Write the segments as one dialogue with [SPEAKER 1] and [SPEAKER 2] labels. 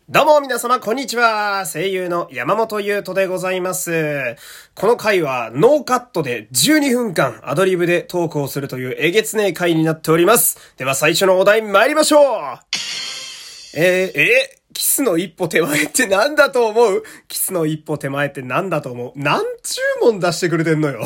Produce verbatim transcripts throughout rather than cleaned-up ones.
[SPEAKER 1] どうも皆様こんにちは。声優の山本優斗でございます。この回はノーカットでじゅうにふんかんアドリブでトークをするというえげつねえ回になっております。では最初のお題参りましょう。えー、えー、キスの一歩手前ってなんだと思う？キスの一歩手前ってなんだと思う？なんちゅうもん出してくれてんのよ。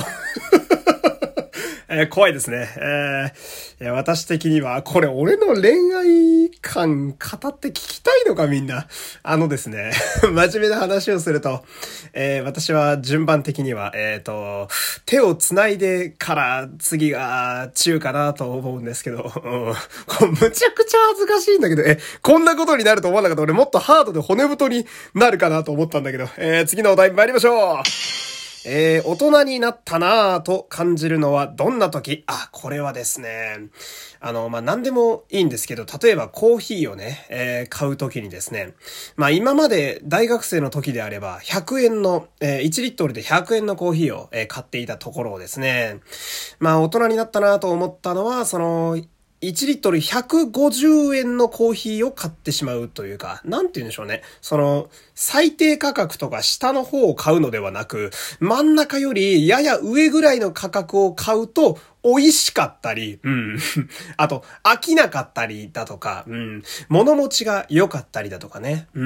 [SPEAKER 1] えー、怖いですね。えー、いや私的には、これ俺の恋愛観語って聞きたいのかみんな。あのですね、真面目な話をすると、えー、私は順番的には、えっと、手を繋いでから次が中かなと思うんですけど、うん、これむちゃくちゃ恥ずかしいんだけど、え、こんなことになると思わなかった。俺もっとハードで骨太になるかなと思ったんだけど、えー、次のお題参りましょう。えー、大人になったなぁと感じるのはどんな時？あ、これはですね、あの、まあ、何でもいいんですけど、例えばコーヒーをね、えー、買う時にですね、まあ、今まで大学生の時であれば、ひゃくえんの、えー、いちリットルでひゃくえんのコーヒーを、えー、買っていたところをですね、まあ、大人になったなぁと思ったのは、その、いちリットルひゃくごじゅうえんのコーヒーを買ってしまうというか、なんて言うんでしょうね。その、最低価格とか下の方を買うのではなく、真ん中よりやや上ぐらいの価格を買うと、美味しかったり、うん。あと、飽きなかったりだとか、うん。物持ちが良かったりだとかね。うん。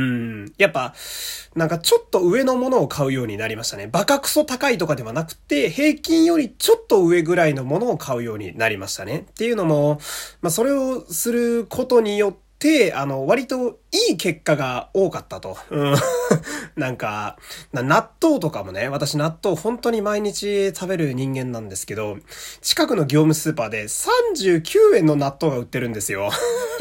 [SPEAKER 1] やっぱ、なんかちょっと上のものを買うようになりましたね。バカクソ高いとかではなくて、平均よりちょっと上ぐらいのものを買うようになりましたね。っていうのも、まあそれをすることによって、で、あの、割といい結果が多かったと。うん、なんか、納豆とかもね、私納豆本当に毎日食べる人間なんですけど、近くの業務スーパーでさんじゅうきゅうえんの納豆が売ってるんですよ。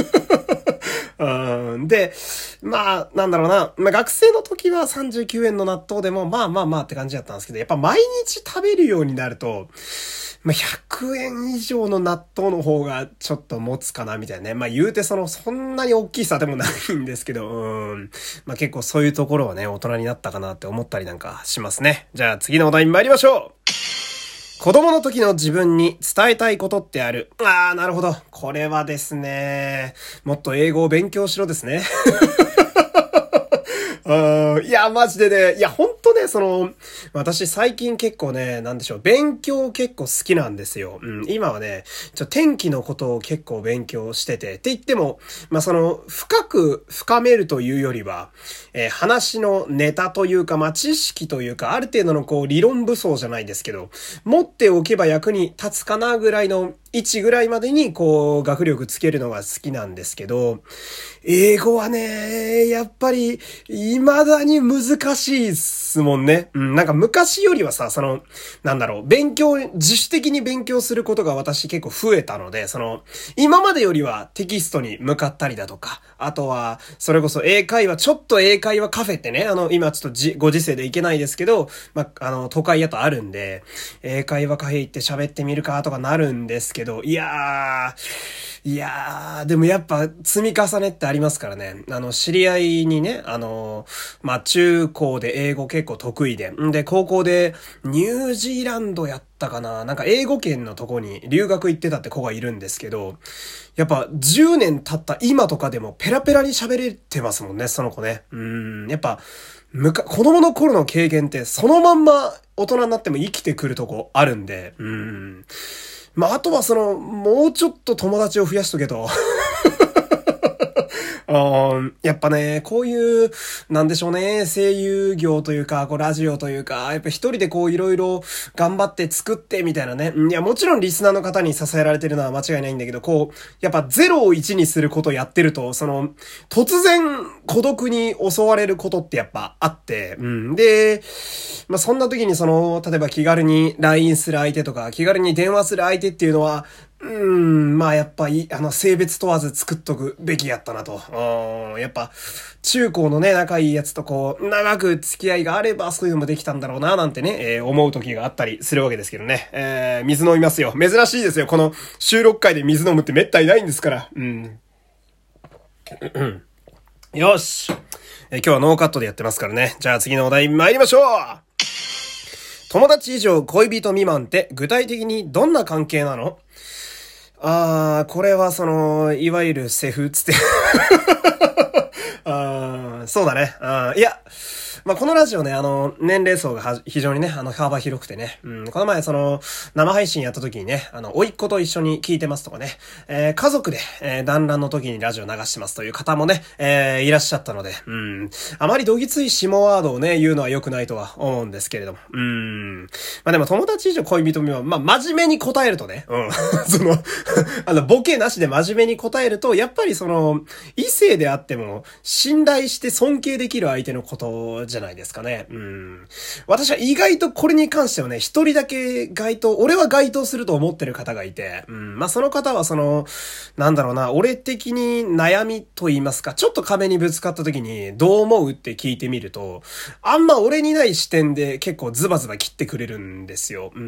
[SPEAKER 1] うん、で、まあ、なんだろうな、まあ、学生の時はさんじゅうきゅうえんの納豆でも、まあまあまあって感じだったんですけど、やっぱ毎日食べるようになると、まあ、ひゃくえん以上の納豆の方がちょっと持つかなみたいなね。まあ言うてその、そんなに大きい差でもないんですけど、うん。まあ結構そういうところはね、大人になったかなって思ったりなんかしますね。じゃあ次のお題に参りましょう。子供の時の自分に伝えたいことってある。あー、なるほど。これはですね、もっと英語を勉強しろですね。うん、いや、マジでね、いや、ほんとね、その、私最近結構ね、なんでしょう、勉強結構好きなんですよ。うん、今はね、ちょ、天気のことを結構勉強してて、って言っても、まあ、その、深く深めるというよりは、えー、話のネタというか、まあ、知識というか、ある程度のこう、理論武装じゃないですけど、持っておけば役に立つかなぐらいの位置ぐらいまでに、こう、学力つけるのが好きなんですけど、英語はね、やっぱり、未だに難しいっすもんね。うん、なんか昔よりはさ、その、なんだろう、勉強、自主的に勉強することが私結構増えたので、その、今までよりはテキストに向かったりだとか、あとは、それこそ英会話、ちょっと英会話カフェってね、あの、今ちょっとじ、ご時世で行けないですけど、ま、あの、都会やとあるんで、英会話カフェ行って喋ってみるかとかなるんですけど、いやー、いやー、でもやっぱ積み重ねってありますからね。あの、知り合いにね、あの、まあ、中高で英語結構得意で、んで、高校でニュージーランドやったかな、なんか英語圏のとこに留学行ってたって子がいるんですけど、やっぱじゅうねん経った今とかでもペラペラに喋れてますもんね、その子ね。うーん、やっぱ、むか、子供の頃の経験ってそのまんま大人になっても生きてくるとこあるんで、うーん。まあ、あとはその、もうちょっと友達を増やしとけと。やっぱね、こういう、なんでしょうね、声優業というか、こうラジオというか、やっぱ一人でこういろいろ頑張って作ってみたいなね。いや、もちろんリスナーの方に支えられてるのは間違いないんだけど、こう、やっぱゼロをいちにすることをやってると、その、突然孤独に襲われることってやっぱあって、うん。で、まあ、そんな時にその、例えば気軽に ライン する相手とか、気軽に電話する相手っていうのは、うーん、まあやっぱり、あの、性別問わず作っとくべきやったなと。うん、やっぱ、中高のね、仲いいやつとこう、長く付き合いがあれば、そういうのもできたんだろうな、なんてね、えー、思う時があったりするわけですけどね。えー、水飲みますよ。珍しいですよ。この収録回で水飲むってめったにないんですから。うん。よし。えー、今日はノーカットでやってますからね。じゃあ次のお題参りましょう。友達以上恋人未満って具体的にどんな関係なの？あー、これはその、いわゆるセフつって。あーん、そうだね。うん、いや、まあ、このラジオね、あの、年齢層がは非常にね、あの、幅広くてね、うん、この前その、生配信やった時にね、あの、甥っ子と一緒に聞いてますとかね、えー、家族で、えー、団らんの時にラジオ流してますという方もね、えー、いらっしゃったので、うん、あまりどぎつい下ワードをね、言うのは良くないとは思うんですけれども、うん、まあ、でも友達以上恋人未満、まあ、真面目に答えるとね、うん、その、あの、ボケなしで真面目に答えると、やっぱりその、異性であっても、信頼して尊敬できる相手のことじゃないですかね。うん。私は意外とこれに関してはね、一人だけ該当、俺は該当すると思ってる方がいて、うん。まあ、その方はその、なんだろうな、俺的に悩みと言いますか、ちょっと壁にぶつかった時に、どう思うって聞いてみると、あんま俺にない視点で結構ズバズバ切ってくれるんですよ。うん。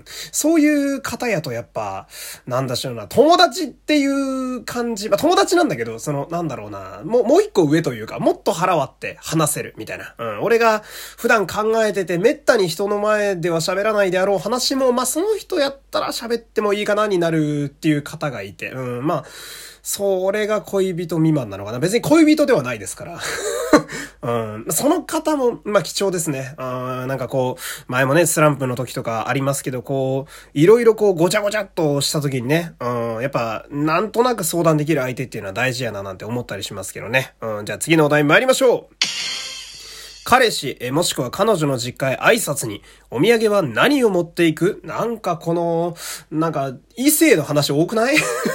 [SPEAKER 1] そういう方やとやっぱ、なんだしょうな、友達っていう感じ、まあ、友達なんだけど、その、なんだろうな、もう、もう一個上というか、もっと腹割って話せるみたいな。うん。俺が普段考えてて、めったに人の前では喋らないであろう話も、まあ、その人やったら喋ってもいいかなになるっていう方がいて、うん。まあ、それが恋人未満なのかな。別に恋人ではないですから。うん。その方も、まあ、貴重ですね。うん。なんかこう、前もね、スランプの時とかありますけど、こう、いろいろこう、ごちゃごちゃっとした時にね、うん。やっぱ、なんとなく相談できる相手っていうのは大事やななんて思ったりしますけどね。うん。じゃあ次のお題参りましょう。彼氏、え、もしくは彼女の実家へ挨拶に、お土産は何を持っていく？なんかこの、なんか、異性の話多くない？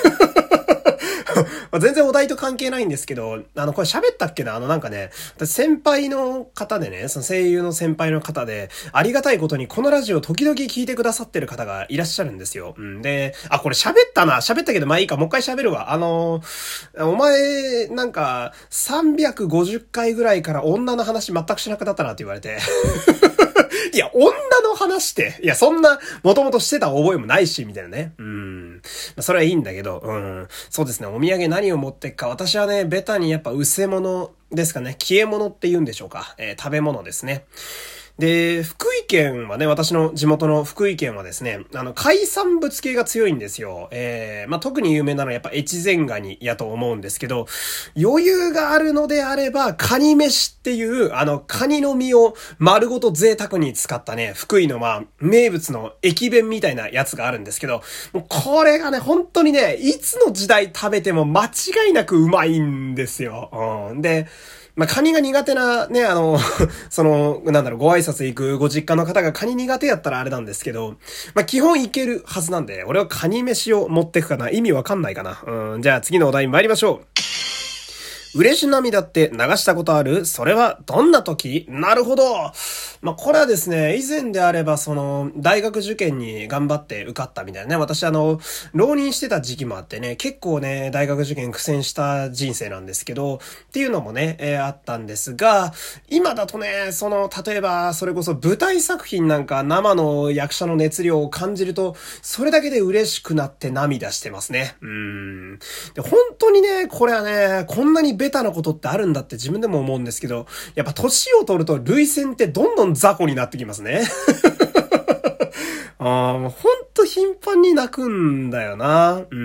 [SPEAKER 1] 全然お題と関係ないんですけど、あの、これ喋ったっけなあのなんかね、先輩の方でね、その声優の先輩の方で、ありがたいことにこのラジオ時々聞いてくださってる方がいらっしゃるんですよ。うん、で、あ、これ喋ったな。喋ったけどまあいいか、もう一回喋るわ。あのー、お前、なんか、さんびゃくごじゅっかいぐらいから女の話全くしなくなったなって言われて。いや、女の話って、いや、そんな、もともとしてた覚えもないし、みたいなね。うん。まあ、それはいいんだけど、うん。そうですね、お土産何を持ってっか。私はね、ベタにやっぱ、うせ物ですかね。消え物って言うんでしょうか。えー、食べ物ですね。で、福井県はね、私の地元の福井県はですね、あの、海産物系が強いんですよ。えー、まあ、特に有名なのはやっぱ越前ガニやと思うんですけど、余裕があるのであれば、カニ飯っていう、あの、カニの身を丸ごと贅沢に使ったね、福井のまあ、名物の駅弁みたいなやつがあるんですけど、もうこれがね、本当にね、いつの時代食べても間違いなくうまいんですよ。うん。で、まあ、カニが苦手なね、あの、その、なんだろう、ご挨拶行くご実家の方がカニ苦手やったらあれなんですけど、まあ、基本いけるはずなんで、俺はカニ飯を持ってくかな。意味わかんないかな。うん、じゃあ次のお題に参りましょう。嬉し涙って流したことある？それはどんな時？なるほど。まあ、これはですね、以前であれば、その、大学受験に頑張って受かったみたいなね。私あの、浪人してた時期もあってね、結構ね、大学受験苦戦した人生なんですけど、っていうのもね、えー、あったんですが、今だとね、その、例えば、それこそ舞台作品なんか生の役者の熱量を感じると、それだけで嬉しくなって涙してますね。うーん。で、本当にね、これはね、こんなにベタなことってあるんだって自分でも思うんですけど、やっぱ年を取ると涙腺ってどんどん雑魚になってきますね。ああ、もうほんと頻繁に泣くんだよな。うん。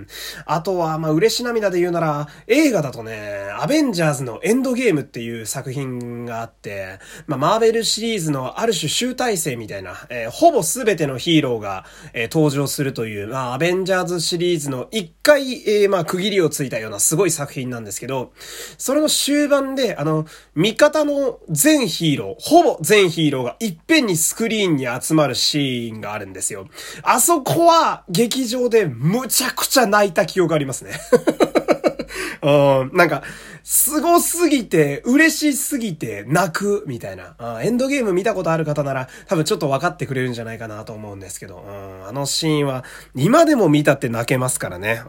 [SPEAKER 1] あとは、まあ、嬉し涙で言うなら、映画だとね、アベンジャーズのエンドゲームっていう作品があって、まあ、マーベルシリーズのある種集大成みたいな、えー、ほぼすべてのヒーローが、えー、登場するという、まあ、アベンジャーズシリーズの一回、えー、まあ、区切りをついたようなすごい作品なんですけど、それの終盤で、あの、味方の全ヒーロー、ほぼ全ヒーローがいっぺんにスクリーンに集まるシーンがあるんですよ。あそこは劇場でむちゃくちゃ泣いた記憶ありますね。うん、なんか、凄すぎて、嬉しすぎて泣くみたいな。エンドゲーム見たことある方なら多分ちょっと分かってくれるんじゃないかなと思うんですけど、うん、あのシーンは今でも見たって泣けますからね。うん、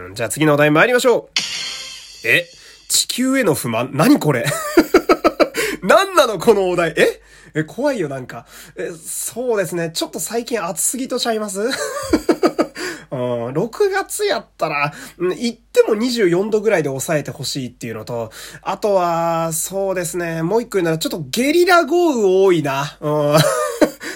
[SPEAKER 1] じゃあ次のお題参りましょう。え、地球への不満？何これ？何なのこのお題？ええ、怖いよなんか。え、そうですね。ちょっと最近暑すぎとちゃいます？うん、ろくがつやったら、行ってもにじゅうよんどぐらいで抑えてほしいっていうのと、あとは、そうですね、もう一個言うならちょっとゲリラ豪雨多いな。うん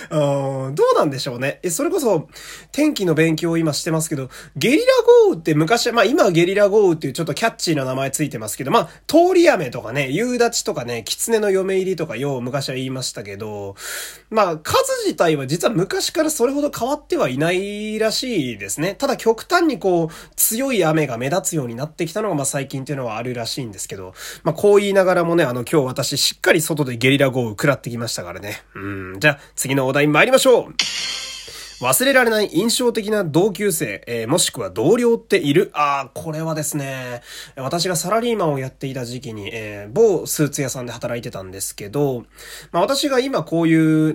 [SPEAKER 1] うん、どうなんでしょうね。え、それこそ、天気の勉強を今してますけど、ゲリラ豪雨って昔は、まあ今はゲリラ豪雨っていうちょっとキャッチーな名前ついてますけど、まあ、通り雨とかね、夕立とかね、狐の嫁入りとかよう昔は言いましたけど、まあ、数自体は実は昔からそれほど変わってはいないらしいですね。ただ極端にこう、強い雨が目立つようになってきたのが、まあ最近っていうのはあるらしいんですけど、まあこう言いながらもね、あの今日私しっかり外でゲリラ豪雨食らってきましたからね。うん、じゃあ次のお題参りましょう。忘れられない印象的な同級生、えー、もしくは同僚っている？あー、これはですね、私がサラリーマンをやっていた時期に、えー、某スーツ屋さんで働いてたんですけど、まあ私が今こういう、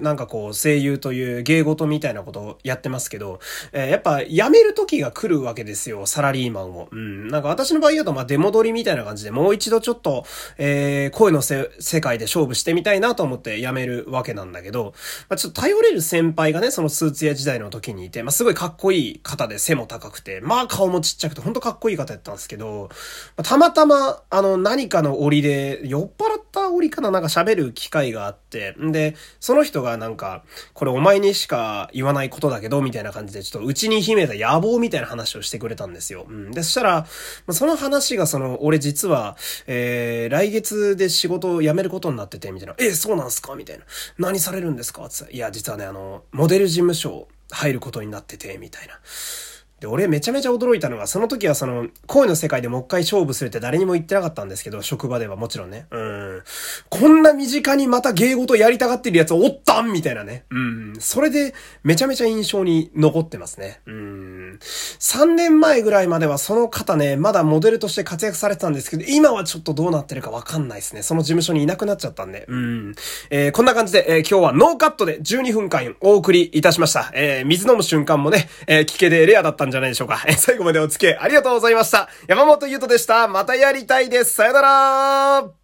[SPEAKER 1] なんかこう、声優という芸事みたいなことをやってますけど、えー、やっぱ辞める時が来るわけですよ、サラリーマンを。うん、なんか私の場合だと、まあ出戻りみたいな感じで、もう一度ちょっと、えー、声のせ世界で勝負してみたいなと思って辞めるわけなんだけど、まあちょっと頼れる先輩がね、そのスーツ屋時代の時にいて、まあ、すごいかっこいい方で背も高くて、まあ顔もちっちゃくて、ほんとかっこいい方やったんですけど、まあ、たまたま、あの、何かの折で、酔っ払った折かな、なんか喋る機会があって、んで、その人がなんか、これお前にしか言わないことだけど、みたいな感じで、ちょっと内に秘めた野望みたいな話をしてくれたんですよ。うん、で、そしたら、その話がその、俺実は、えー、来月で仕事を辞めることになってて、みたいな。え、そうなんすかみたいな。何されるんですかつって。いや、実はね、あの、モデル事務所入ることになってて、みたいな。で、俺めちゃめちゃ驚いたのが、その時はその、声の世界でもう一回勝負するって誰にも言ってなかったんですけど、職場ではもちろんね。うん。こんな身近にまた芸事やりたがってるやつおったんみたいなね。うん。それで、めちゃめちゃ印象に残ってますね。うん。さんねんまえぐらいまではその方ね、まだモデルとして活躍されてたんですけど、今はちょっとどうなってるかわかんないですね。その事務所にいなくなっちゃったんで。うん。えー、こんな感じで、えー、今日はノーカットでじゅうにふんかんお送りいたしました。えー、水飲む瞬間もね、えー、聞けでレアだったんじゃないでしょうか。最後までお付き合いありがとうございました。山本優斗でした。またやりたいです。さよなら。